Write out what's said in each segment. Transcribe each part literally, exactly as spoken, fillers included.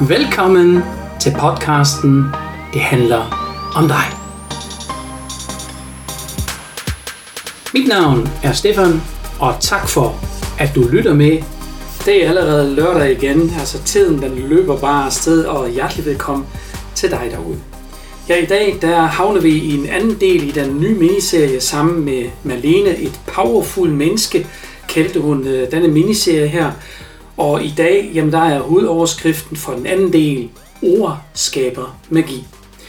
Velkommen til podcasten Det handler om dig. Mit navn er Stefan, og tak for, at du lytter med. Det er allerede lørdag igen, altså tiden den løber bare afsted, og hjertelig velkommen til dig derude. Ja, i dag der havner vi i en anden del i den nye miniserie sammen med Malene, et powerful menneske, kaldte hun denne miniserie her. Og i dag, jamen der er hovedoverskriften for den anden del, ord skaber magi.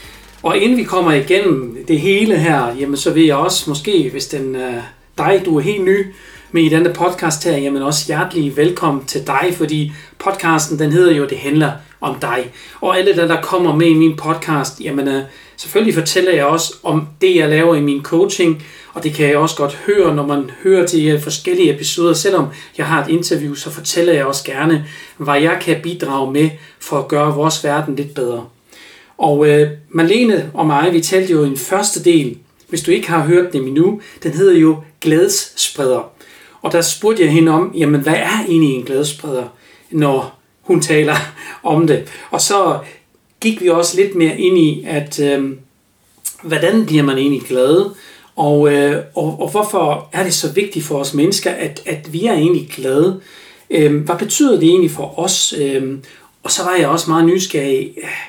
Og inden vi kommer igennem det hele her, jamen så vil jeg også måske, hvis den er dig, du er helt ny med i denne podcast her, jamen også hjertelig velkommen til dig, fordi podcasten den hedder jo Det handler om dig. Og alle der, der kommer med i min podcast, jamen selvfølgelig fortæller jeg også om det, jeg laver i min coaching, og det kan jeg også godt høre, når man hører de forskellige episoder. Selvom jeg har et interview, så fortæller jeg også gerne, hvad jeg kan bidrage med for at gøre vores verden lidt bedre. Og øh, Malene og mig, vi talte jo i en første del, hvis du ikke har hørt den endnu, den hedder jo glædesspreder. Og der spurgte jeg hende om, jamen hvad er egentlig en glædesspreder, når hun taler om det. Og så gik vi også lidt mere ind i, at øh, hvordan bliver man egentlig glad, og, øh, og, og hvorfor er det så vigtigt for os mennesker, at, at vi er egentlig glade. Øh, hvad betyder det egentlig for os? Øh, og så var jeg også meget nysgerrig.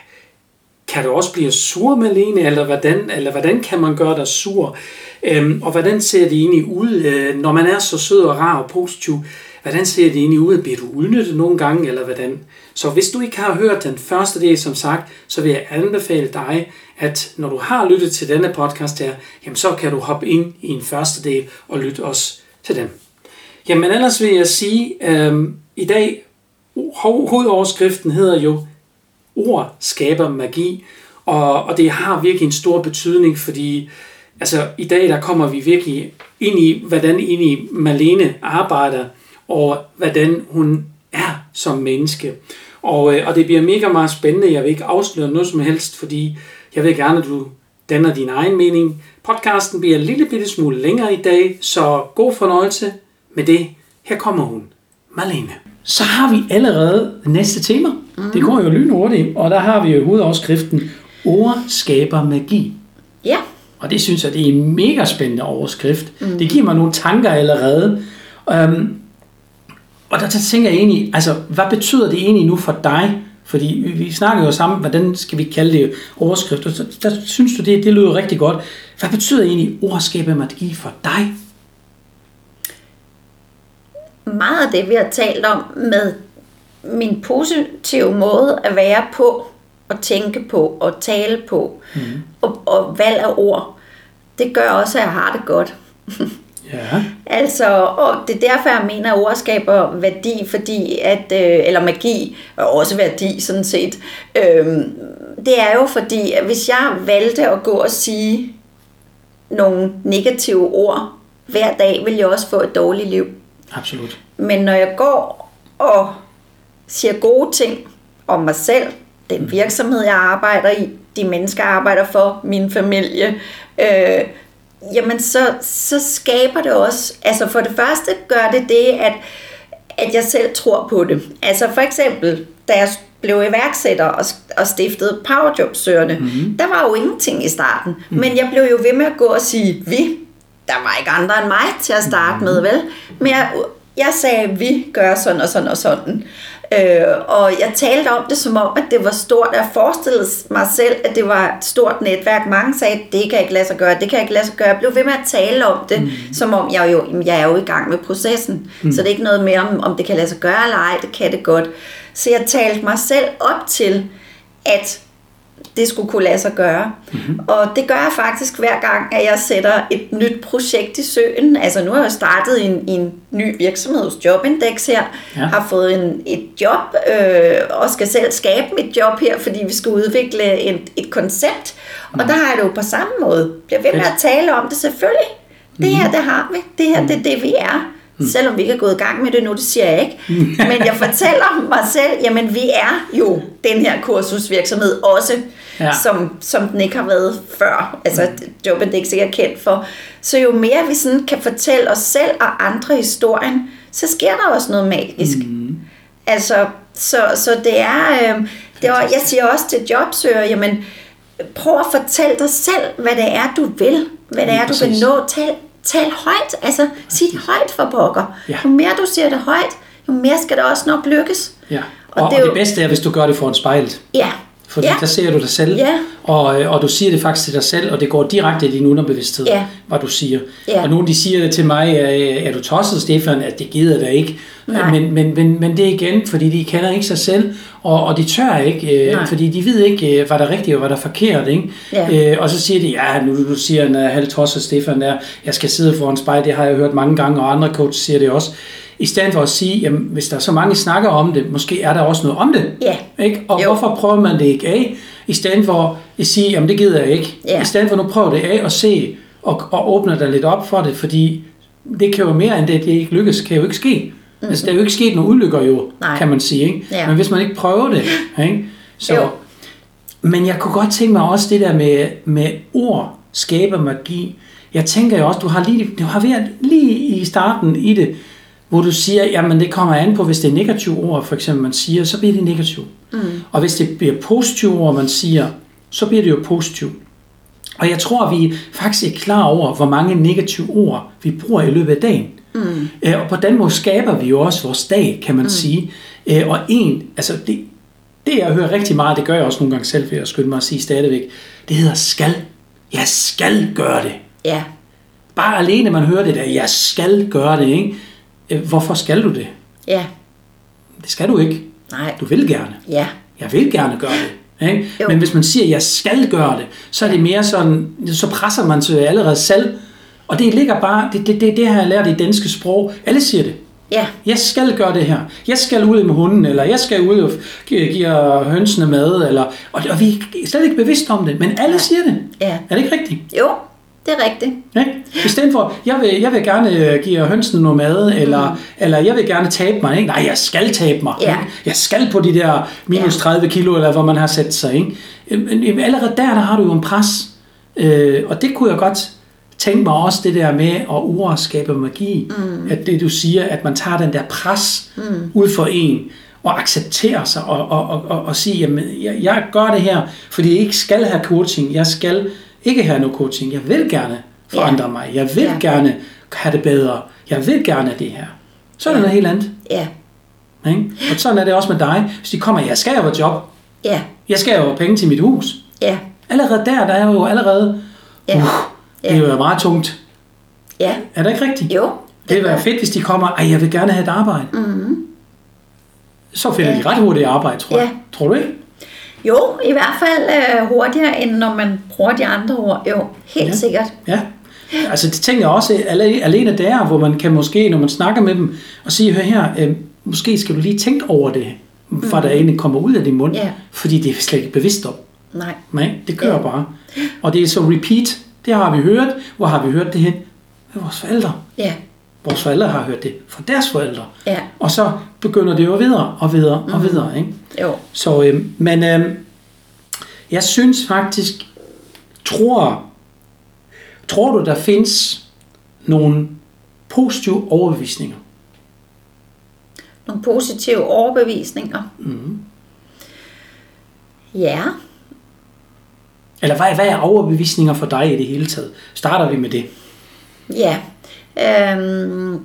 Kan du også blive sur, Malene, eller hvordan, eller hvordan kan man gøre dig sur? Øh, og hvordan ser det egentlig ud, øh, når man er så sød og rar og positiv? Hvordan ser det egentlig ud? Bliver du udnyttet nogle gange, eller hvordan? Så hvis du ikke har hørt den første del, som sagt, så vil jeg anbefale dig, at når du har lyttet til denne podcast her, jamen så kan du hoppe ind i en første del og lytte også til den. Jamen ellers vil jeg sige, øhm, i dag, hovedoverskriften hedder jo, ord skaber magi, og, og det har virkelig en stor betydning, fordi altså, i dag der kommer vi virkelig ind i, hvordan egentlig Malene arbejder, og hvordan hun er som menneske. Og, og det bliver mega meget spændende. Jeg vil ikke afsløre noget som helst, fordi jeg vil gerne, at du danner din egen mening. Podcasten bliver en lille bitte smule længere i dag, så god fornøjelse med det. Her kommer hun, Malene. Så har vi allerede næste tema. Mm. Det går jo lynhurtigt, og der har vi jo hovedoverskriften, ord skaber magi. Ja. Og det synes jeg, det er en mega spændende overskrift. Mm. Det giver mig nogle tanker allerede. Um, Og der tænker jeg egentlig, altså, hvad betyder det egentlig nu for dig? Fordi vi, vi snakker jo sammen, hvordan skal vi kalde det overskrift? Og der, der synes du, det, det lyder rigtig godt. Hvad betyder egentlig ord skaber magi for dig? Meget af det, vi har talt om med min positive måde at være på, og tænke på, og tale på, mm. og, og valg af ord, det gør også, at jeg har det godt. Ja. Altså, og det er derfor, jeg mener, at ord skaber værdi, fordi at, øh, eller magi, og også værdi sådan set. Øhm, det er jo fordi, at hvis jeg valgte at gå og sige nogle negative ord hver dag, vil jeg også få et dårligt liv. Absolut. Men når jeg går og siger gode ting om mig selv, den virksomhed, jeg arbejder i, de mennesker, jeg arbejder for, min familie, øh, jamen så, så skaber det også, altså for det første gør det det, at, at jeg selv tror på det. Altså for eksempel, da jeg blev iværksætter og, og stiftede Powerjobsøgerne, mm-hmm. der var jo ingenting i starten, mm-hmm. men jeg blev jo ved med at gå og sige, vi, der var ikke andre end mig til at starte mm-hmm. med, vel? Men jeg, jeg sagde, vi gør sådan og sådan og sådan. Øh, og jeg talte om det som om, at det var stort. Jeg forestillede mig selv, at det var et stort netværk. Mange sagde, det kan jeg ikke lade sig gøre, det kan jeg ikke lade sig gøre. Jeg blev ved med at tale om det, mm. som om jeg, jo, jeg er jo i gang med processen. Mm. Så det er ikke noget mere om, om det kan lade sig gøre eller ej, det kan det godt. Så jeg talte mig selv op til, at det skulle kunne lade sig gøre. Mm-hmm. Og det gør jeg faktisk hver gang, at jeg sætter et nyt projekt i søen. Altså nu har jeg startet en, en ny virksomhed hos Jobindex her, ja. Har fået en, et job, øh, og skal selv skabe mit job her, fordi vi skal udvikle en, et koncept. Mm. Og der har jeg det jo på samme måde. Bliver ved med at tale om det selvfølgelig. Det her, det har vi. Det her, det er det, vi er. Mm. Selvom vi ikke er gået i gang med det nu, det siger jeg ikke. Mm. Men jeg fortæller mig selv, jamen vi er jo den her kursusvirksomhed også, ja. som, som den ikke har været før. Altså Jobindex ikke er kendt for. Så jo mere vi sådan kan fortælle os selv og andre historien, så sker der også noget magisk. Mm. Altså, så, så det er... Øh, Det var, jeg siger også til jobsøgere, jamen, prøv at fortælle dig selv, hvad det er, du vil. Hvad det er, du vil nå. Tal, tal højt. Altså, sig det højt for pokker. Ja. Jo mere du siger det højt, jo mere skal det også nok lykkes. Ja. Og, og, det, og det bedste er, hvis du gør det foran spejlet. Ja. Fordi ja. der ser du dig selv, ja. og, og du siger det faktisk til dig selv, og det går direkte i din underbevidsthed, ja. hvad du siger. Ja. Og nogen de siger til mig, er du tosset, Stefan, at det gider der ikke. Men, men, men, men det er igen, fordi de kender ikke sig selv, og, og de tør ikke, øh, fordi de ved ikke, hvad der er rigtigt og hvad der er forkert. Ikke? Ja. Øh, og så siger de, ja, nu du siger en halv tosset, Stefan, der, jeg skal sidde foran spejl, det har jeg hørt mange gange, og andre coaches siger det også. I stedet for at sige, jamen, hvis der er så mange snakker om det, måske er der også noget om det. Ja. Ikke? Og jo. hvorfor prøver man det ikke af? I stedet for at sige, jamen det gider jeg ikke. Ja. I stedet for nu prøver det af og se, og, og åbne dig lidt op for det, fordi det kan jo mere end det, det ikke lykkes, kan jo ikke ske. Mm-hmm. Altså der er jo ikke sket nogen ulykker jo, Nej. kan man sige. Ikke? Ja. Men hvis man ikke prøver det, ikke? Så, jo. Men jeg kunne godt tænke mig også det der med, med ord skaber magi. Jeg tænker jo også, du har lige, du har været lige i starten i det, hvor du siger, jamen det kommer an på, hvis det er negative ord, for eksempel man siger, så bliver det negativt. Mm. Og hvis det bliver positive ord, man siger, så bliver det jo positivt. Og jeg tror, vi faktisk er klar over, hvor mange negative ord, vi bruger i løbet af dagen. Mm. Øh, og på den måde skaber vi jo også vores dag, kan man mm. sige. Øh, og en, altså det, det jeg hører rigtig meget, det gør jeg også nogle gange selv, ved at skynde mig at sige stadigvæk, det hedder skal. Jeg skal gøre det. Ja. Bare alene man hører det der, jeg skal gøre det, ikke? Hvorfor skal du det? Ja. Det skal du ikke. Nej. Du vil gerne. Ja. Jeg vil gerne gøre det. Ikke? Men hvis man siger, jeg skal gøre det, så er det mere sådan, så presser man sig allerede selv. Og det ligger bare, det, det, det, det har jeg lært i danske sprog. Alle siger det. Ja. Jeg skal gøre det her. Jeg skal ud med hunden, eller jeg skal ud og give hønsene mad, eller, og, og vi er slet ikke bevidste om det, men alle siger det. Ja. Er det ikke rigtigt? Jo. Det er rigtigt. Ja? I stedet for, jeg vil, jeg vil gerne give hønsene noget mad, eller, mm. eller jeg vil gerne tabe mig. Ikke? Nej, jeg skal tabe mig. Ja. Jeg skal på de der minus tredive kilo, eller hvor man har sat sig. Ikke? Allerede der, der har du jo en pres. Øh, og det kunne jeg godt tænke mig også, det der med at ord skabe magi. Mm. At det du siger, at man tager den der pres mm. ud for en, og accepterer sig, og, og, og, og, og sige, jamen, jeg, jeg gør det her, fordi jeg ikke skal have coaching. Jeg skal ikke have noget coaching. Jeg vil gerne forandre yeah. mig. Jeg vil yeah. gerne have det bedre. Jeg vil gerne det her. Så er det yeah. noget helt andet. Ja. Yeah. Og sådan er det også med dig. Hvis de kommer, jeg skal jo have job. Ja. Yeah. Jeg skal jo have penge til mit hus. Ja. Yeah. Allerede der, der er jo allerede, yeah. uh, det er jo meget tungt. Ja. Yeah. Er det ikke rigtigt? Jo. Det vil være fedt, hvis de kommer, ej, jeg vil gerne have et arbejde. Mm-hmm. Så finder yeah. de ret hurtigt arbejde, tror jeg. Yeah. Tror du ikke? Jo, i hvert fald øh, hurtigere, end når man bruger de andre ord. Jo, helt ja. sikkert. Ja, altså det tænker jeg også alene der, hvor man kan måske, når man snakker med dem, og sige, hør her, øh, måske skal du lige tænke over det, for mm. der egentlig kommer ud af din mund, ja. fordi det er slet ikke bevidst om. Nej. Nej, det kører ja. bare. Og det er så repeat, det har vi hørt. Hvor har vi hørt det hen? Med vores forældre. Ja. Vores forældre har hørt det fra deres forældre. Ja. Og så begynder det jo videre og videre og mm. videre. Ikke? Jo. Så, øh, men øh, jeg synes faktisk, tror, tror du, der findes nogle positive overbevisninger? Nogle positive overbevisninger? Mm. Ja. Eller hvad, hvad er overbevisninger for dig i det hele taget? Starter vi med det? Ja. Øhm,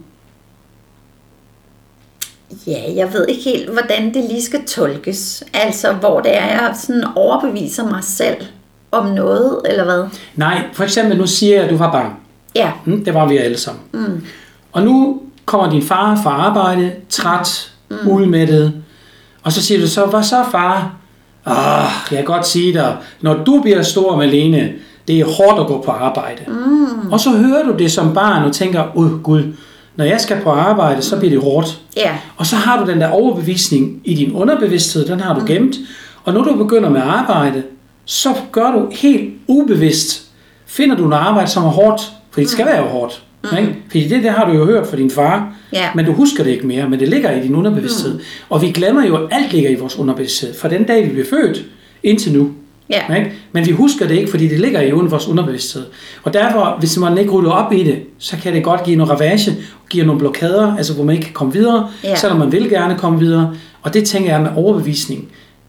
ja, jeg ved ikke helt, hvordan det lige skal tolkes. Altså, hvor det er, jeg sådan overbeviser mig selv om noget, eller hvad? Nej, for eksempel nu siger jeg, at du var barn. Ja. Mm, det var vi alle sammen. Mm. Og nu kommer din far fra arbejde, træt, mm. udmættet. Og så siger du så, hvad så far? Ah, jeg kan godt sige dig, når du bliver stor, Malene, det er hårdt at gå på arbejde. Mm. Og så hører du det som barn og tænker, åh Gud, når jeg skal på arbejde, så bliver det hårdt. Yeah. Og så har du den der overbevisning i din underbevidsthed, den har du gemt. Og når du begynder med arbejde, så gør du helt ubevidst, finder du noget arbejde, som er hårdt, for det skal være hårdt. Mm. Ikke? Fordi det der har du jo hørt fra din far, yeah. men du husker det ikke mere, men det ligger i din underbevidsthed. Mm. Og vi glemmer jo, at alt ligger i vores underbevidsthed, fra den dag, vi blev født, indtil nu. Yeah. Ikke? Men vi husker det ikke, fordi det ligger i vores underbevidsthed. Og derfor, hvis man ikke rydder op i det, så kan det godt give noget ravage, give nogle blokader, altså hvor man ikke kan komme videre, yeah. selvom man vil gerne komme videre. Og det tænker jeg med overbevisning.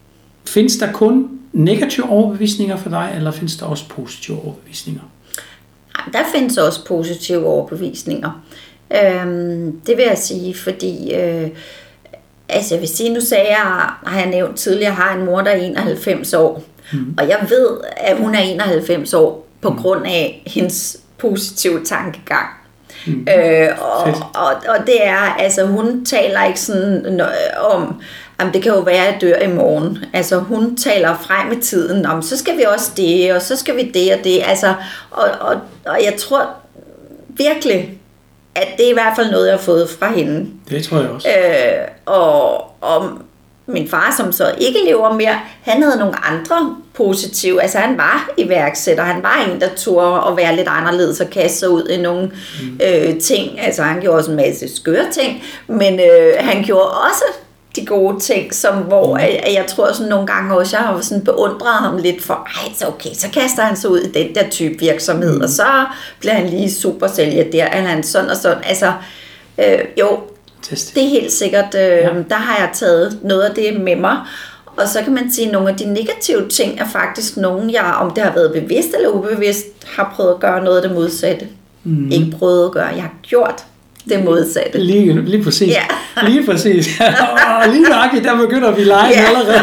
findes der kun negative overbevisninger for dig, eller findes der også positive overbevisninger? Der findes også positive overbevisninger. Øhm, det vil jeg sige, fordi øh, altså jeg vil sige, nu sagde jeg, har jeg nævnt tidligere, har en mor, der er enoghalvfems år. Mm. Og jeg ved, at hun er enoghalvfems år på mm. grund af hendes positive tankegang. Mm. Øh, og, og, og det er, altså hun taler ikke sådan om, jamen det kan jo være, at jeg dør i morgen. Altså hun taler frem i tiden, om så skal vi også det, og så skal vi det og det. Altså, og, og, og jeg tror virkelig, at det er i hvert fald noget, jeg har fået fra hende. Det tror jeg også. Øh, og, og min far, som så ikke lever mere, han havde nogle andre positive. Altså han var iværksætter. Han var en, der turde at være lidt anderledes og kaste sig ud i nogle mm. øh, ting. Altså han gjorde også en masse skøre ting, men øh, han gjorde også de gode ting, som hvor mm. jeg, jeg tror sådan nogle gange også, jeg har sådan beundret ham lidt for, ej, så okay, så kaster han sig ud i den der type virksomhed, mm. og så bliver han lige super sælger der, eller han sådan og sådan. Altså, øh, jo, Test. Det er helt sikkert, øh, ja. Der har jeg taget noget af det med mig. Og så kan man sige, at nogle af de negative ting er faktisk nogle, jeg, om det har været bevidst eller ubevidst, har prøvet at gøre noget af det modsatte. Mm. Ikke prøvet at gøre, jeg har gjort det modsatte. Lige, lige præcis. Ja. Lige præcis. Og lige nøjagtigt, der begynder vi at lege ja. allerede.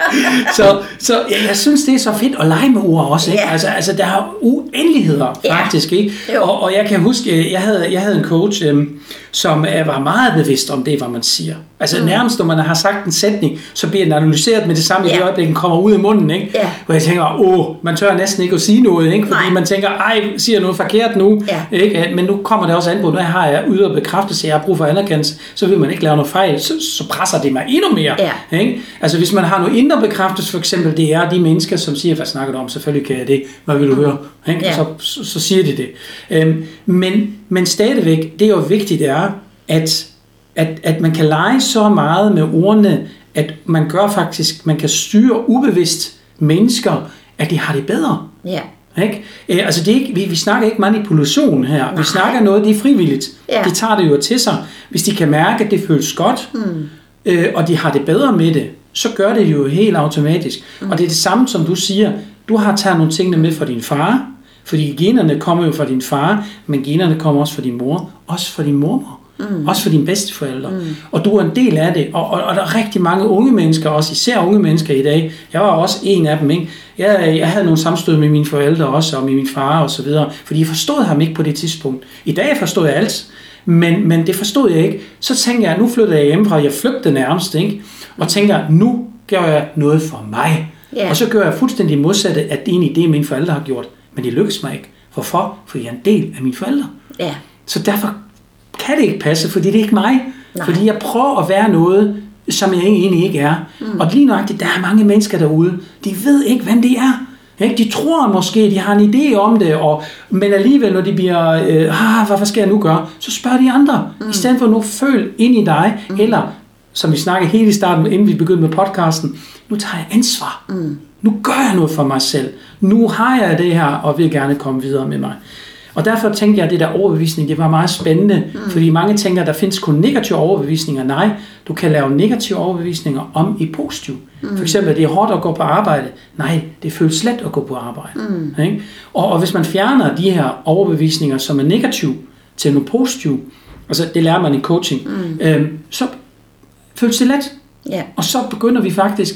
Så, så ja, jeg synes, det er så fedt at lege med ord også. Ikke? Ja. Altså, altså, der er uendeligheder faktisk. Ikke? Og, og jeg kan huske, jeg havde, jeg havde en coach, øhm, som var meget bevidst om det, hvad man siger. Altså mm. nærmest, når man har sagt en sætning, så bliver den analyseret med det samme i ja. det øjeblik, den kommer ud af munden. Ikke? Ja. Hvor jeg tænker, åh, man tør næsten ikke at sige noget, ikke? Fordi Nej. man tænker, ej, siger noget forkert nu. Ja. Ikke? Men nu kommer det også an på, når jeg har jeg ydre bekræftelse, jeg har brug for anerkendelse, så vil man ikke lave noget fejl, så, så presser det mig endnu mere. Ja. Ikke? Altså hvis man har noget indre bekræftelse, for eksempel, det er de mennesker, som siger, hvad snakker du om, selvfølgelig kan jeg det, hvad vil du mm. høre? Ikke? Ja. Så, så, så siger de det. Øhm, men, men stadigvæk, det er jo vigtigt, det er, at At, at man kan lege så meget med ordene, at man gør faktisk, man kan styre ubevidst mennesker, at de har det bedre. Ja. Ikke? Æ, altså det er ikke, vi, vi snakker ikke manipulation her. Nej. Vi snakker noget, det er frivilligt. Ja. De tager det jo til sig. Hvis de kan mærke, at det føles godt, mm. øh, og de har det bedre med det, så gør det jo helt automatisk. Mm. Og det er det samme, som du siger. Du har taget nogle tingene med fra din far, fordi generne kommer jo fra din far, men generne kommer også fra din mor, også fra din mormor. Mm. Også for dine bedsteforældre. Mm. Og du er en del af det. Og, og, og der er rigtig mange unge mennesker, også især unge mennesker i dag. Jeg var også en af dem. Ikke? Jeg, jeg havde nogle sammenstød med mine forældre også, og med min far og så videre. Fordi jeg forstod ham ikke på det tidspunkt. I dag forstod jeg alt. Men, men det forstod jeg ikke. Så tænker jeg, nu flytter jeg hjemmefra. Jeg flygtede nærmest. Ikke? Og tænker, nu gør jeg noget for mig. Yeah. Og så gør jeg fuldstændig modsatte, at det er egentlig det, mine forældre har gjort. Men det lykkes mig ikke. Hvorfor? Fordi jeg er en del af mine forældre. Yeah. Så derfor kan det ikke passe, fordi det er ikke mig. Nej. Fordi jeg prøver at være noget, som jeg egentlig ikke er. Mm. Og lige nøjagtigt, der er mange mennesker derude, de ved ikke, hvem det er. Ikke? De tror måske, de har en idé om det, og, men alligevel, når de bliver, øh, ah, hvad skal jeg nu gøre? Så spørger de andre, mm. i stedet for nu føl ind i dig, mm. eller, som vi snakkede helt i starten, inden vi begyndte med podcasten, nu tager jeg ansvar. Mm. Nu gør jeg noget for mig selv. Nu har jeg det her, og vil gerne komme videre med mig. Og derfor tænkte jeg, at det der overbevisning, det var meget spændende, mm. fordi mange tænker, at der findes kun negative overbevisninger. Nej, du kan lave negative overbevisninger om i positiv. Mm. For eksempel, det er hårdt at gå på arbejde. Nej, det føles slet at gå på arbejde. Mm. Ikke? Og, og hvis man fjerner de her overbevisninger, som er negative, til noget positivt, altså det lærer man i coaching, mm. øhm, så føles det let. Yeah. Og så begynder vi faktisk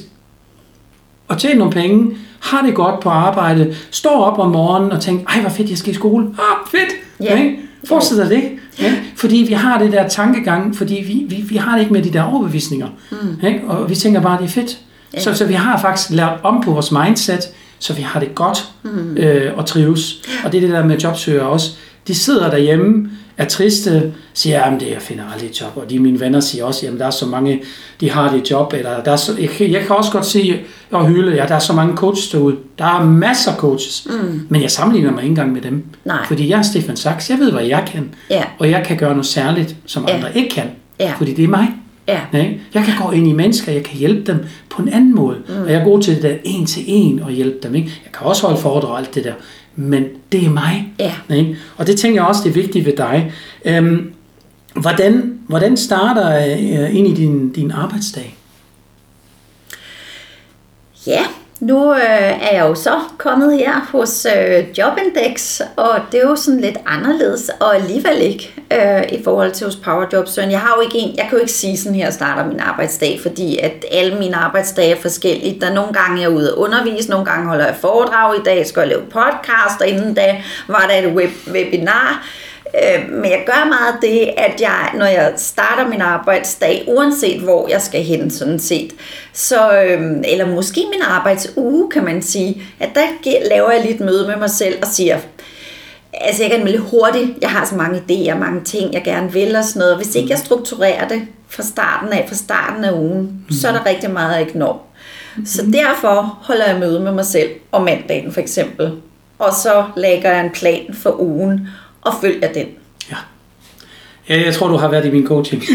at tjene nogle penge, har det godt på arbejde, står op om morgenen og tænker, ej hvor fedt, jeg skal i skole. Ah, fedt! Yeah. Okay? Fortsætter det, okay? Fordi vi har det der tankegang, fordi vi, vi, vi har det ikke med de der overbevisninger. Mm. Okay? Og vi tænker bare, det er fedt. Yeah. Så, så vi har faktisk lært om på vores mindset, så vi har det godt mm. øh, og trives. Og det er det der med jobsøgere også. De sidder derhjemme, er triste, siger, at jeg finder aldrig et job. Og de mine venner siger også, at der er så mange, de har det job. Eller der er så, jeg, jeg kan også godt sige og hylde, ja, der er så mange coaches derude. Der er masser af coaches. Mm. Men jeg sammenligner mig ikke engang med dem. Nej. Fordi jeg er Stefan Sachs, jeg ved, hvad jeg kan. Yeah. Og jeg kan gøre noget særligt, som yeah. andre ikke kan. Yeah. Fordi det er mig. Yeah. Jeg kan gå ind i mennesker, jeg kan hjælpe dem på en anden måde. Mm. Og jeg er god til det der en til en og hjælpe dem. Ikke? Jeg kan også holde foredrag og alt det der. Men det er mig. Ja. Ikke? Og det tænker jeg også, det er vigtigt ved dig. Øhm, hvordan, hvordan starter øh, ind i din, din arbejdsdag? Ja, nu øh, er jeg jo så kommet her hos øh, Jobindex, og det er jo sådan lidt anderledes, og alligevel ikke øh, i forhold til hos PowerJobs. Jeg har jo ikke en, jeg kan jo ikke sige sådan her starter min arbejdsdag, fordi at alle mine arbejdsdage er forskellige. Der er nogle gange jeg er ude at undervise, nogle gange holder jeg foredrag, i dag skal jeg lave podcast, og inden da var der et web, webinar. Men jeg gør meget det, at jeg, når jeg starter min arbejdsdag, uanset hvor jeg skal hen sådan set, så, eller måske min arbejdsuge, kan man sige, at der laver jeg lidt møde med mig selv og siger, altså jeg kan lidt hurtigt, jeg har så mange idéer, mange ting, jeg gerne vil og sådan noget. Hvis ikke jeg strukturerer det fra starten af, fra starten af ugen, mm. så er der rigtig meget, jeg ikke når. Mm. Så derfor holder jeg møde med mig selv om mandagen for eksempel, og så lægger jeg en plan for ugen, og følger den. Ja. Ja, jeg tror, du har været i min coaching.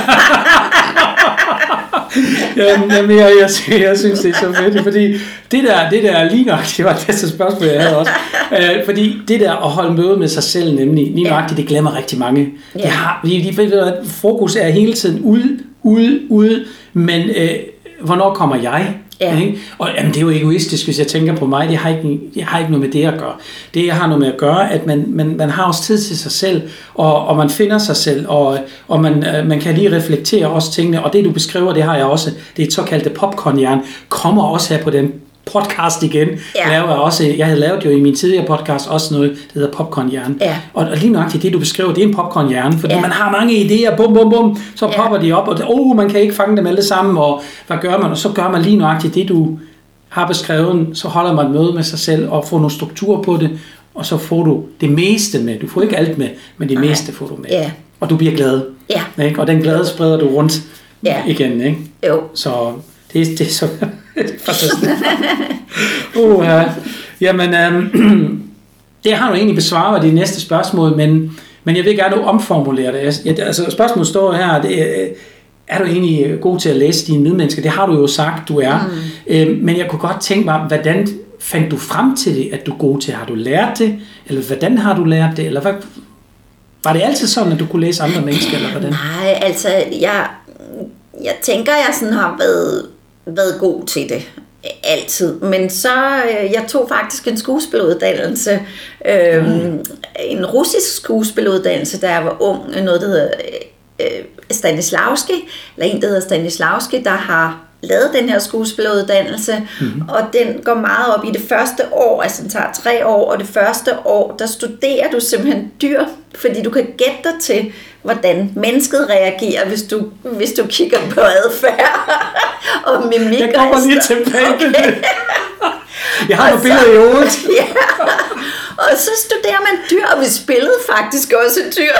Jamen, jeg, jeg, jeg, jeg synes, det er så fedt, fordi det der, det der lige nok, det var det næste spørgsmål, jeg havde også. Øh, fordi det der at holde møde med sig selv, nemlig lige nok, det, det glemmer rigtig mange. Ja. Det har, de, de, fokus er hele tiden ud, ud, ud, men øh, hvornår kommer jeg? Ja. Ikke? Og jamen, det er jo egoistisk, hvis jeg tænker på mig. Det har, ikke, det har ikke noget med det at gøre. Det har noget med at gøre, at man, man, man har også tid til sig selv, og, og man finder sig selv, og, og man, man kan lige reflektere også tingene. Og det du beskriver, det har jeg også. Det er et såkaldte popcornhjern. Kommer også her på den podcast igen. Ja. Jeg, også, jeg havde lavet jo i min tidligere podcast også noget, der hedder popcornhjern. Ja. Og, og lige nøjagtigt det du beskriver, det er en popcornhjern, fordi ja. man har mange idéer, bum bum bum, så ja. popper de op, og oh, man kan ikke fange dem alle sammen, og hvad gør man? Og så gør man lige nøjagtigt det du har beskrevet, så holder man et møde med sig selv og får nogle strukturer på det, og så får du det meste med. Du får ikke alt med, men det meste får du med. Ja. Og du bliver glad. Ja. Ikke? Og den glæde spreder du rundt ja. igen. Ikke? Jo. Så det, det er så fantastisk. uh, ja. Jamen, øhm, det har du egentlig besvaret de næste spørgsmål, men, men jeg vil gerne omformulere det. Jeg, altså, spørgsmålet står her, det er, er du egentlig god til at læse dine medmennesker? Det har du jo sagt, du er. Mm. Øhm, men jeg kunne godt tænke mig, hvordan fandt du frem til det, at du er god til? Har du lært det? Eller hvordan har du lært det? Eller hvad, var det altid sådan, at du kunne læse andre mennesker? Eller hvordan? Nej, altså, jeg, jeg tænker, jeg sådan har været været god til det altid, men så øh, jeg tog faktisk en skuespilleruddannelse, øh, mm. en russisk skuespilleruddannelse, da jeg var ung, noget der hedder øh, Stanislavski, eller en der hedder Stanislavski, der har lavet den her skuespilleruddannelse, mm. og den går meget op i det første år, altså den tager tre år, og det første år, der studerer du simpelthen dyr, fordi du kan gætte dig til, hvordan mennesket reagerer, hvis du, hvis du kigger på adfærd og mimik. Jeg kommer lige tilbage okay. til det. Jeg har nogle billeder i hovedet. Ja. Og så studerer man dyr, og vi spillede faktisk også dyr.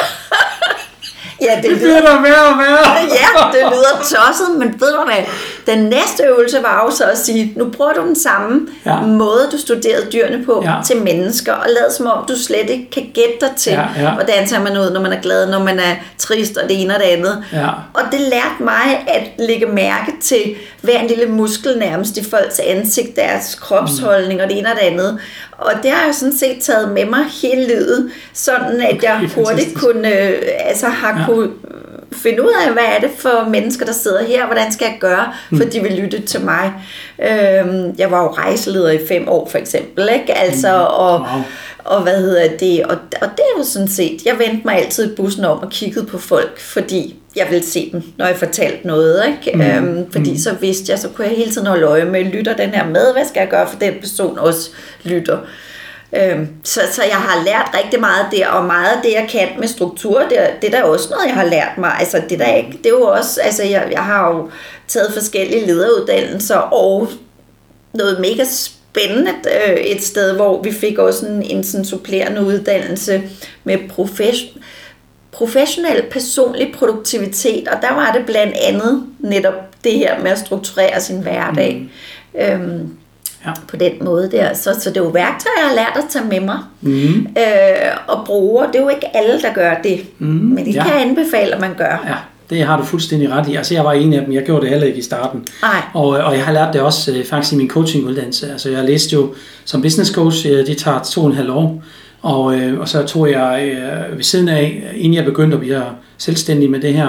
Ja, det, det bliver der mere og mere. Ja, det lyder tosset, men ved du hvad? Den næste øvelse var jo så at sige, nu bruger du den samme ja. måde, du studerede dyrene på ja. til mennesker, og lad som om, du slet ikke kan gætte dig til, ja, ja. hvordan tager man ud, når man er glad, når man er trist, og det ene og det andet. Ja. Og det lærte mig at lægge mærke til hver en lille muskel nærmest i folks ansigt, deres kropsholdning og det ene og det andet. Og det har jeg sådan set taget med mig hele livet, sådan at okay, jeg hurtigt kunne, øh, altså har ja. kunne finde ud af, hvad er det for mennesker, der sidder her, hvordan skal jeg gøre, for de vil lytte til mig. Øhm, jeg var jo rejseleder i fem år for eksempel, ikke? Altså, og, wow. og hvad hedder det, og, og det er jo sådan set, jeg vendte mig altid i bussen om og kiggede på folk, fordi jeg ville se dem, når jeg fortalte noget, ikke? Mm. Øhm, fordi mm. så vidste jeg, så kunne jeg hele tiden holde øje med, lytter den her med, hvad skal jeg gøre, for den person også lytter. Øhm, så, så jeg har lært rigtig meget der, og meget af det, jeg kan med struktur, det, det er da også noget, jeg har lært mig. Altså, det, der ikke, det er jo også, altså, jeg, jeg har jo taget forskellige lederuddannelser, og noget mega spændende øh, et sted, hvor vi fik også en, en sådan supplerende uddannelse med profession, professionel personlig produktivitet, og der var det blandt andet netop det her med at strukturere sin hverdag. Mm. Øhm, Ja. På den måde der. Så, så det er jo værktøjer, jeg har lært at tage med mig mm. øh, og bruge. Det er jo ikke alle, der gør det. Mm. Men det ja. kan jeg anbefale, at man gør. Ja, det har du fuldstændig ret i. Altså jeg var en af dem. Jeg gjorde det heller ikke i starten. Og, og jeg har lært det også øh, faktisk i min coachinguddannelse. Altså jeg læste jo som business coach, øh, det tager to og en halv år. Og, øh, og så tog jeg øh, ved siden af, inden jeg begyndte at blive selvstændig med det her,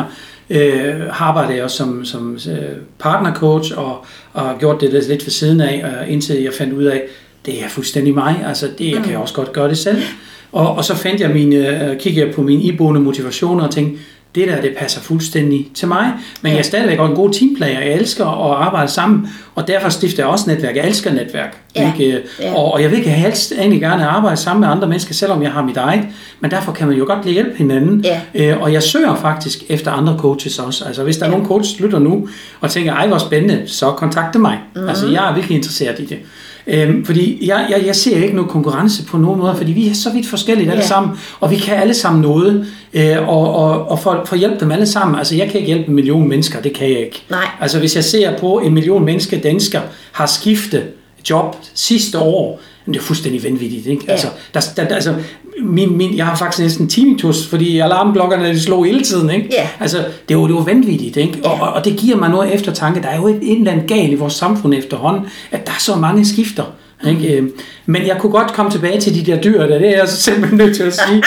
øh, har arbejdet jeg også som, som øh, partnercoach, og, og har gjort det lidt ved siden af, og indtil jeg fandt ud af, det er fuldstændig mig, altså det, jeg kan også godt gøre det selv. Og, og så fandt jeg mine, øh, kiggede jeg på mine iboende motivationer og tænkte, det der, det passer fuldstændig til mig, men jeg er stadigvæk også en god teamplayer. Jeg elsker at arbejde sammen, og derfor stifter jeg også netværk. Jeg elsker netværk. Ja. Ikke? Ja. Og, og jeg vil ikke helst egentlig gerne arbejde sammen med andre mennesker, selvom jeg har mit eget, men derfor kan man jo godt hjælpe hinanden. Ja. Øh, og jeg søger faktisk efter andre coaches også. Altså hvis der er ja. nogle coaches, der lytter nu og tænker, ej hvor spændende, så kontakte mig. Mm-hmm. Altså jeg er virkelig interesseret i det. Øhm, fordi jeg, jeg, jeg ser ikke noget konkurrence på nogen måde, fordi vi er så vidt forskellige alle yeah. sammen, og vi kan alle sammen noget, øh, og, og, og for, for at hjælpe dem alle sammen. Altså jeg kan ikke hjælpe en million mennesker, det kan jeg ikke. Nej. Altså hvis jeg ser på en million mennesker, danskere har skiftet job sidste år, det er fuldstændig vanvittigt, ikke? Yeah. Altså, der, der, altså min, min, jeg har faktisk næsten tinnitus, fordi alarmklokkerne de slog hele tiden, ikke? Yeah. Altså det var, det var vanvittigt, ikke? Yeah. Og, og det giver mig noget eftertanke. Der er jo et, et eller andet galt i vores samfund efterhånden, at der er så mange skifter. Ikke? Men jeg kunne godt komme tilbage til de der dyr, der det er jeg så simpelthen nødt til at sige.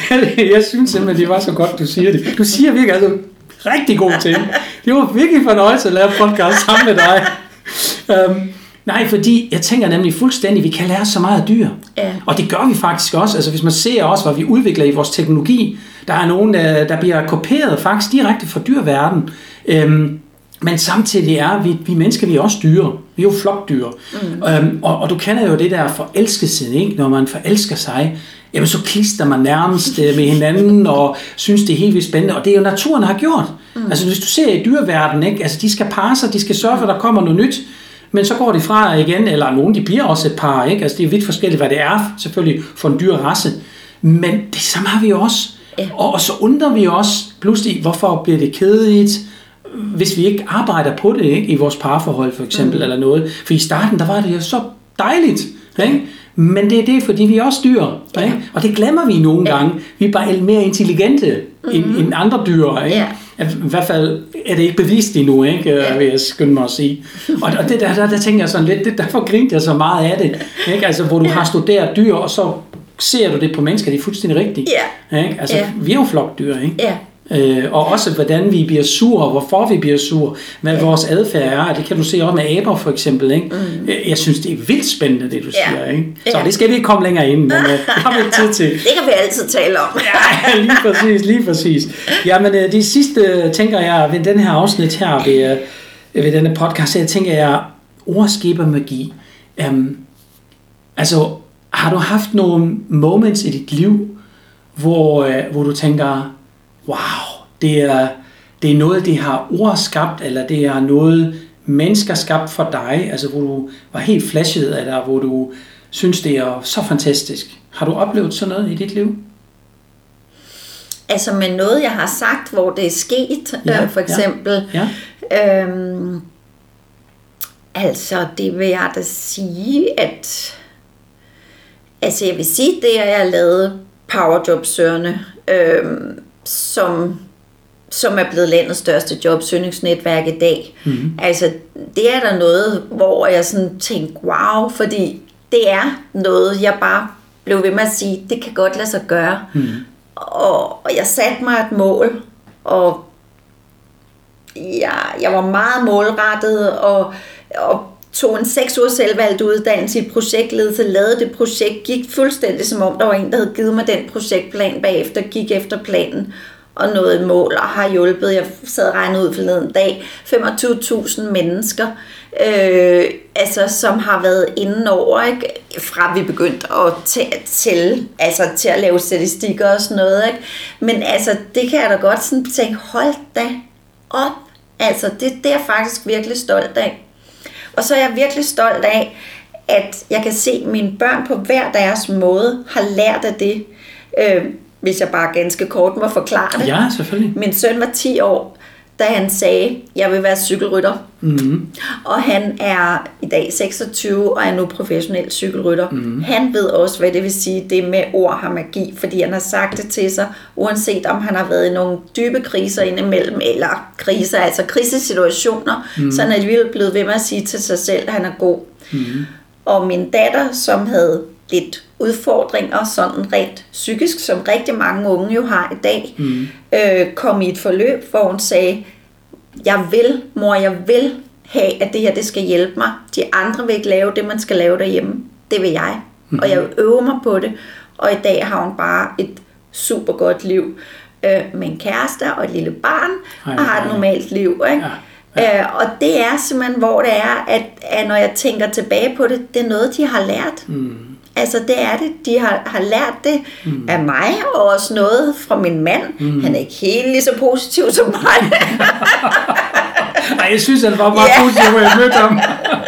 Jeg synes simpelthen, det var så godt, du siger det. Du siger virkelig altså rigtig god til. Det var virkelig fornøjelse at lave podcast sammen med dig. Um, nej, fordi jeg tænker nemlig fuldstændig, vi kan lære så meget af dyr. Ja. Og det gør vi faktisk også. Altså hvis man ser også, hvad vi udvikler i vores teknologi, der er nogen, der, der bliver kopieret faktisk direkte fra dyreverdenen. Um, Men samtidig er vi, vi mennesker, vi er også dyr. Vi er jo flokdyr. Mm. Øhm, og, og du kender jo det der forelskelse, ikke? Når man forelsker sig, jamen så klister man nærmest med hinanden og synes, det er helt vildt spændende. Og det er jo naturen har gjort. Mm. Altså hvis du ser i dyreverdenen, ikke? Altså de skal parre sig, de skal sørge for, at der kommer noget nyt. Men så går de fra igen, eller nogen, de bliver også et par, ikke? Altså det er vidt forskelligt, hvad det er, selvfølgelig for en dyr race. Men det samme har vi jo også. Yeah. Og, og så undrer vi os pludselig, hvorfor bliver det kedeligt, hvis vi ikke arbejder på det, ikke? I vores parforhold for eksempel, mm. eller noget. For i starten, der var det jo så dejligt, ikke? Men det er det, fordi vi er også dyr, ja. Ikke? Og det glemmer vi nogle gange. Vi er bare mere intelligente mm. end, end andre dyr, ikke? Ja. I hvert fald er det ikke bevist endnu, ikke? Ja. Vil jeg skynde mig at sige. Og, og det der, der, der tænker jeg sådan lidt, det, derfor grinte jeg så meget af det, ikke? Altså hvor du ja. har studeret dyr, og så ser du det på mennesker, det er fuldstændig rigtigt. Ja. Ikke? Altså ja. vi er jo flokdyr, ikke? Ja. Øh, og også hvordan vi bliver sure, og hvorfor vi bliver sure, hvad ja. vores adfærd er. Det kan du se også med aber for eksempel, ikke? Mm. Jeg synes det er vildt spændende det du ja. siger, ikke? Så ja. det skal vi ikke komme længere ind, men uh, det har vi ikke tid til. Det kan vi altid tale om. Ja, lige præcis, lige præcis. Jamen det sidste tænker jeg ved den her afsnit her ved, ved denne podcast, jeg tænker jeg ordskab og magi. Um, altså har du haft nogle moments i dit liv, hvor, uh, hvor du tænker, wow, det er, det er noget, det har ord skabt, eller det er noget, mennesker skabt for dig, altså hvor du var helt flashet af dig, hvor du synes, det er så fantastisk. Har du oplevet sådan noget i dit liv? Altså med noget, jeg har sagt, hvor det er sket, ja, øh, for eksempel. Ja, ja. Øhm, altså, det vil jeg da sige, at altså jeg vil sige, det er, jeg lavede Powerjobsøgerne, øhm, som, som er blevet landets største jobsøgningsnetværk i dag. Mm-hmm. Altså, det er der noget, hvor jeg sådan tænkte, wow, fordi det er noget, jeg bare blev ved med at sige, det kan godt lade sig gøre. Mm-hmm. Og, og jeg satte mig et mål, og jeg, jeg var meget målrettet, og, og tog en seks uger selvvalgt uddannelse i projektledelse, lavede det projekt, gik fuldstændig som om, der var en, der havde givet mig den projektplan bagefter, gik efter planen og nåede et mål, og har hjulpet, jeg sad og regnede ud forleden dag, femogtyve tusind mennesker, øh, altså, som har været inde over, ikke? Fra vi begyndte at tælle, altså til at lave statistikker og sådan noget, ikke? Men altså, det kan jeg da godt sådan tænke, hold da op, altså, det, det er jeg faktisk virkelig stolt af. Og så er jeg virkelig stolt af, at jeg kan se, at mine børn på hver deres måde har lært af det. Øh, hvis jeg bare ganske kort må forklare det. Ja, selvfølgelig. Min søn var ti år, da han sagde, jeg vil være cykelrytter. Mm-hmm. Og han er i dag seksogtyve og er nu professionel cykelrytter. Mm-hmm. Han ved også, hvad det vil sige, det med ord har magi, fordi han har sagt det til sig, uanset om han har været i nogle dybe kriser indimellem, eller kriser, altså krisesituationer, mm-hmm. så han er alligevel blevet ved med at sige til sig selv, at han er god. Mm-hmm. Og min datter, som havde lidt udfordringer, sådan rent psykisk, som rigtig mange unge jo har i dag, mm. øh, kom i et forløb, hvor hun sagde, jeg vil, mor, jeg vil have, at det her, det skal hjælpe mig. De andre vil ikke lave det, man skal lave derhjemme. Det vil jeg. Mm. Og jeg vil øve mig på det. Og i dag har hun bare et super godt liv øh, med en kæreste og et lille barn, Ej, og har et normalt liv. Ikke? Ja, ja. Øh, og det er simpelthen, hvor det er, at, at når jeg tænker tilbage på det, det er noget, de har lært. Mm. Altså det er det. De har, har lært det mm. af mig, og også noget fra min mand. Mm. Han er ikke helt lige så positiv som mig. Nej, jeg synes, han var meget ja. positiv, hvor jeg mødte ham.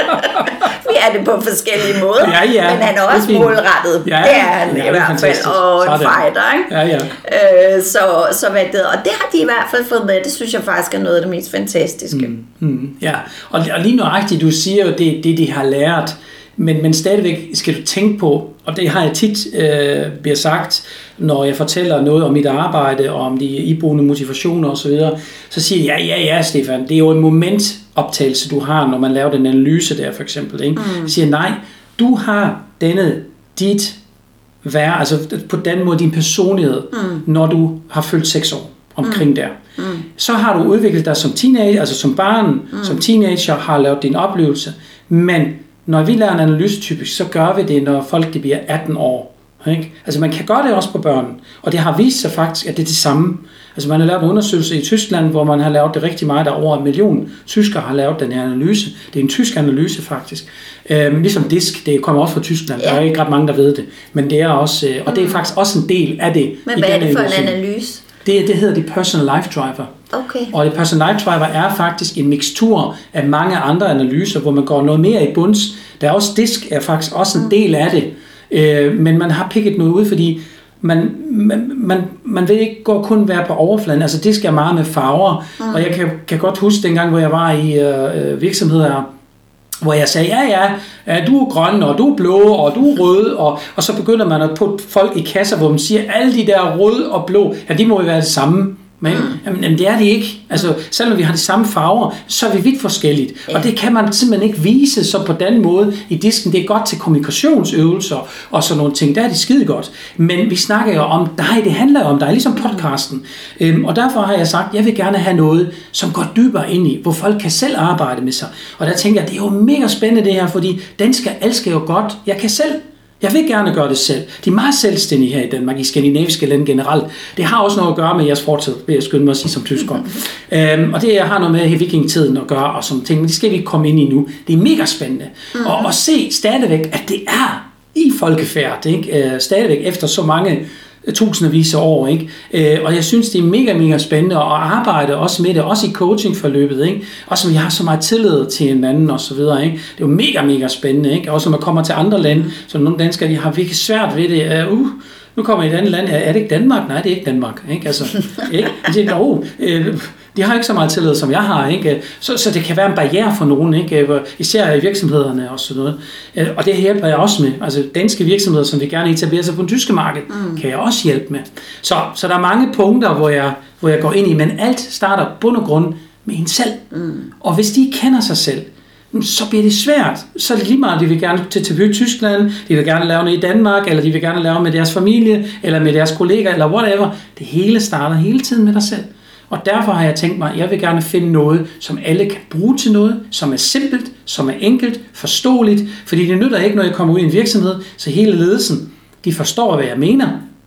Vi er det på forskellige måder, ja, ja. men han er også målrettet. Ja, det er han ja, i hvert fald, og en fighter. Ikke? Ja, ja. Øh, så, så hvad det, og det har de i hvert fald fået med. Det synes jeg faktisk er noget af det mest fantastiske. Mm, mm, ja, og, og lige nøjagtigt, du siger jo, det det, de har lært, men, men stadigvæk skal du tænke på, og det har jeg tit øh, bliver sagt, når jeg fortæller noget om mit arbejde, og om de iboende motivationer osv., så, så siger jeg, ja, ja, ja, Stefan, det er jo en momentoptagelse, du har, når man laver den analyse der, for eksempel. Ikke? Mm. Jeg siger, nej, du har denne, dit være, altså på den måde din personlighed, mm. når du har fyldt seks år omkring mm. der. Mm. Så har du udviklet dig som teenager, altså som barn, mm. som teenager, har lavet din oplevelse, men når vi lærer en analyse typisk, så gør vi det, når folk de bliver atten år. Ikke? Altså man kan gøre det også på børn, og det har vist sig faktisk, at det er det samme. Altså man har lavet en undersøgelse i Tyskland, hvor man har lavet det rigtig meget, der over en million tyskere har lavet den her analyse. Det er en tysk analyse faktisk. Øhm, ligesom disk, det kommer også fra Tyskland, ja. Der er ikke ret mange, der ved det. Men det er også, øh, og det er faktisk også en del af det. Men hvad er det for en analyse? Det, det hedder det Personal Life Driver. Okay. Og det Personal Life Driver er faktisk en mixtur af mange andre analyser, hvor man går noget mere i bunds. Der er også disk, er faktisk også en del af det. Øh, men man har pikket noget ud, fordi man, man, man, man vil ikke gå kun være på overfladen. Altså disk er meget med farver. Mm. Og jeg kan, kan godt huske dengang, hvor jeg var i øh, virksomheder, hvor jeg sagde, ja, ja, ja, du er grøn, og du er blå, og du er rød, og, og så begynder man at putte folk i kasser, hvor man siger, alle de der rød og blå, ja, de må jo være det samme. Men jamen, jamen, det er det ikke. Altså, selvom vi har de samme farver, så er vi vidt forskelligt. Ja. Og det kan man simpelthen ikke vise så på den måde i disken. Det er godt til kommunikationsøvelser og sådan nogle ting. Der er det skide godt. Men vi snakker jo om dig, det handler jo om dig, ligesom podcasten. Øhm, og derfor har jeg sagt, jeg vil gerne have noget, som går dybere ind i, hvor folk kan selv arbejde med sig. Og der tænker jeg, det er jo mega spændende det her, fordi den skal, alle skal jo godt. Jeg kan selv. Jeg vil gerne gøre det selv. De er meget selvstændige her i Danmark, i skandinaviske lande generelt. Det har også noget at gøre med jeres fortid, vil jeg skynde mig at sige som tysker. øhm, og det har noget med vikingetiden at gøre og sådan ting, men det skal vi ikke komme ind i nu. Det er mega spændende. Mm. Og at se stadigvæk, at det er i folkefærd, ikke? Øh, stadigvæk efter så mange tusindvis af år, ikke? Øh, og jeg synes, det er mega, mega spændende at arbejde også med det, også i coachingforløbet, ikke? Også som vi har så meget tillid til hinanden og så videre, ikke? Det er jo mega, mega spændende, ikke? Også når man kommer til andre lande, så nogle danskere, de har virkelig svært ved det. Uh, nu kommer jeg i et andet land, er det ikke Danmark? Nej, det er ikke Danmark, ikke? Altså, ikke? De tænker, oh, øh, de har ikke så meget tillid, som jeg har, ikke? Så, så det kan være en barriere for nogen, ikke? Især i virksomhederne og sådan noget. Og det hjælper jeg også med. Altså danske virksomheder, som vi gerne etablerer sig på den tyske marked, mm. kan jeg også hjælpe med. Så, så der er mange punkter, hvor jeg, hvor jeg går ind i, men alt starter bund og grund med en selv. Mm. Og hvis de kender sig selv, så bliver det svært. Så er det lige meget, de vil gerne til, til Tyskland, de vil gerne lave noget i Danmark, eller de vil gerne lave med deres familie, eller med deres kolleger, eller whatever. Det hele starter hele tiden med dig selv. Og derfor har jeg tænkt mig, at jeg vil gerne finde noget, som alle kan bruge til noget, som er simpelt, som er enkelt, forståeligt, fordi det nytter ikke, når jeg kommer ud i en virksomhed, så hele ledelsen, de forstår, hvad jeg mener,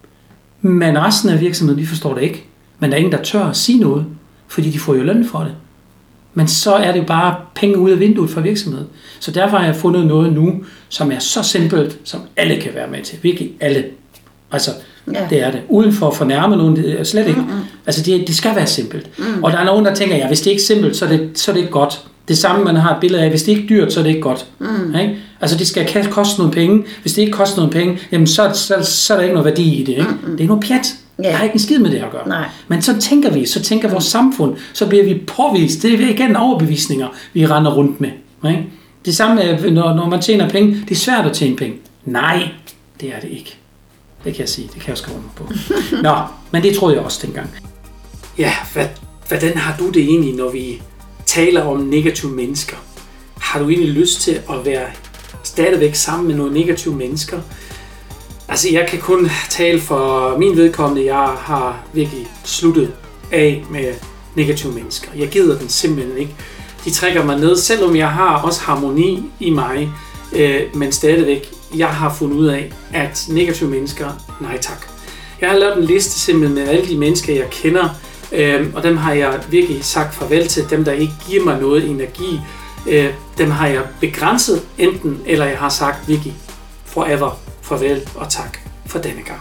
men resten af virksomheden, de forstår det ikke. Men der er ingen, der tør at sige noget, fordi de får jo løn for det. Men så er det jo bare penge ud af vinduet for virksomheden. Så derfor har jeg fundet noget nu, som er så simpelt, som alle kan være med til. Virkelig alle. Altså, ja. Det er det. Uden for at fornærme nogen, det er slet ikke. Mm-hmm. Altså, det, det skal være simpelt. Mm. Og der er nogen, der tænker, ja, hvis det ikke er simpelt, så er det, så er det ikke godt. Det samme, man har et billede af, hvis det ikke er dyrt, så er det ikke godt. Mm. Ikke? Altså, det skal koste noget penge. Hvis det ikke koster noget penge, jamen, så, så, så er der ikke noget værdi i det. Ikke? Mm-hmm. Det er noget pjat. Yeah. Jeg har ikke en skid med det at gøre. Nej. Men så tænker vi, så tænker vores samfund, så bliver vi påvist. Det er igen overbevisninger, vi render rundt med. Ikke? Det samme, når, når man tjener penge, det er svært at tjene penge. Nej, det er det ikke. Det kan jeg sige, det kan jeg skrive mig på. Nå, men det troede jeg også dengang. Ja, hvad, hvordan har du det egentlig, når vi taler om negative mennesker? Har du egentlig lyst til at være stadigvæk sammen med nogle negative mennesker? Altså, jeg kan kun tale for min vedkommende. Jeg har virkelig sluttet af med negative mennesker. Jeg gider den simpelthen ikke. De trækker mig ned, selvom jeg har også harmoni i mig. Øh, men stadigvæk, jeg har fundet ud af, at negative mennesker, nej tak. Jeg har lavet en liste simpelthen med alle de mennesker, jeg kender. Øh, og dem har jeg virkelig sagt farvel til. Dem, der ikke giver mig noget energi. Øh, dem har jeg begrænset enten, eller jeg har sagt virkelig forever, farvel og tak for denne gang.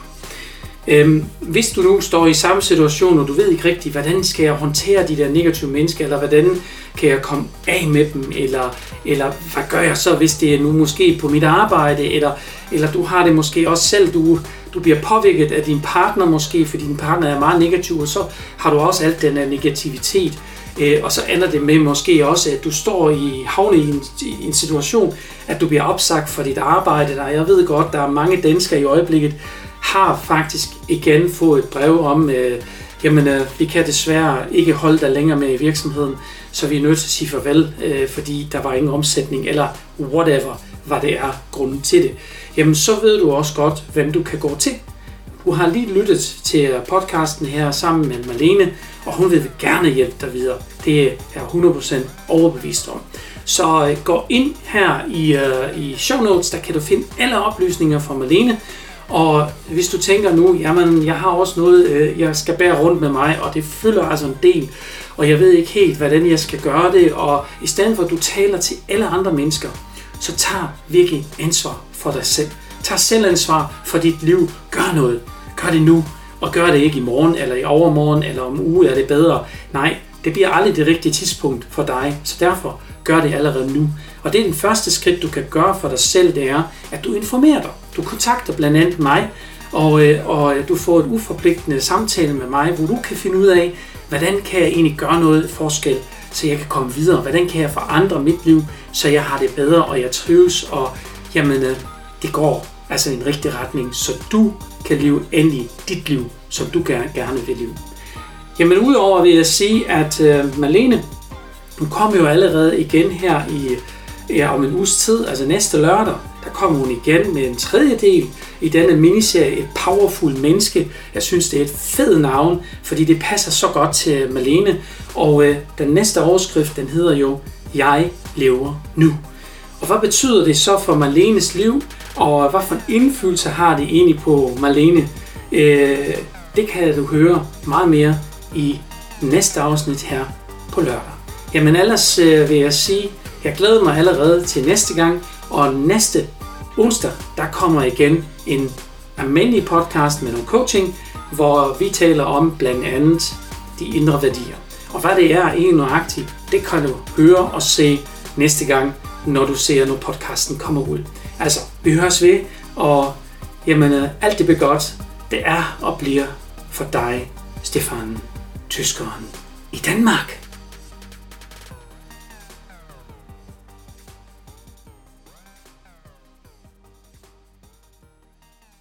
Øhm, hvis du nu står i samme situation, og du ved ikke rigtigt, hvordan skal jeg håndtere de der negative mennesker, eller hvordan kan jeg komme af med dem, eller, eller hvad gør jeg så, hvis det er nu måske på mit arbejde, eller, eller du har det måske også selv, du, du bliver påvirket af din partner måske, fordi din partner er meget negativ, og så har du også alt den her negativitet. Øh, og så ender det med måske også, at du står i havne i en, i en situation, at du bliver opsagt for dit arbejde. Der, jeg ved godt, der er mange danskere i øjeblikket, har faktisk igen fået et brev om, øh, jamen øh, vi kan desværre ikke holde dig længere med i virksomheden, så vi er nødt til at sige farvel, øh, fordi der var ingen omsætning, eller whatever, hvad det er grunden til det. Jamen så ved du også godt, hvem du kan gå til. Du har lige lyttet til podcasten her sammen med Marlene, og hun vil gerne hjælpe dig videre. Det er jeg hundrede procent overbevist om. Så gå ind her i, uh, i show notes, der kan du finde alle oplysninger fra Marlene. Og hvis du tænker nu, jamen jeg har også noget, øh, jeg skal bære rundt med mig, og det fylder altså en del, og jeg ved ikke helt, hvordan jeg skal gøre det, og i stedet for at du taler til alle andre mennesker, så tag virkelig ansvar for dig selv. Tag selvansvar for dit liv. Gør noget. Gør det nu, og gør det ikke i morgen, eller i overmorgen, eller om en uge er det bedre. Nej, det bliver aldrig det rigtige tidspunkt for dig, så derfor gør det allerede nu. Og det er den første skridt, du kan gøre for dig selv, det er, at du informerer dig. Du kontakter blandt andet mig, og, øh, og du får et uforpligtende samtale med mig, hvor du kan finde ud af, hvordan kan jeg egentlig gøre noget forskel, så jeg kan komme videre. Hvordan kan jeg forandre mit liv, så jeg har det bedre, og jeg trives, og jamen, øh, det går altså i en rigtig retning, så du kan leve endelig dit liv, som du gerne vil leve. Jamen udover vil jeg sige, at øh, Marlene, hun kommer jo allerede igen her i, ja, om en uges tid, altså næste lørdag, der kommer hun igen med en tredje del i denne miniserie, Et Powerful Menneske. Jeg synes, det er et fedt navn, fordi det passer så godt til Marlene. Og øh, den næste overskrift, den hedder jo, Jeg lever nu. Og hvad betyder det så for Marlenes liv, og hvad for en indflydelse har det egentlig på Marlene? Øh, det kan du høre meget mere i næste afsnit her på lørdag. Jamen ellers øh, vil jeg sige, jeg glæder mig allerede til næste gang, og næste onsdag, der kommer igen en almindelig podcast med noget coaching, hvor vi taler om blandt andet de indre værdier. Og hvad det er egentlig nøjagtigt, det kan du høre og se næste gang, når du ser, når podcasten kommer ud. Altså, vi høres ved, og jamen, alt det bliver godt, det er og bliver for dig, Stefan, tyskeren i Danmark.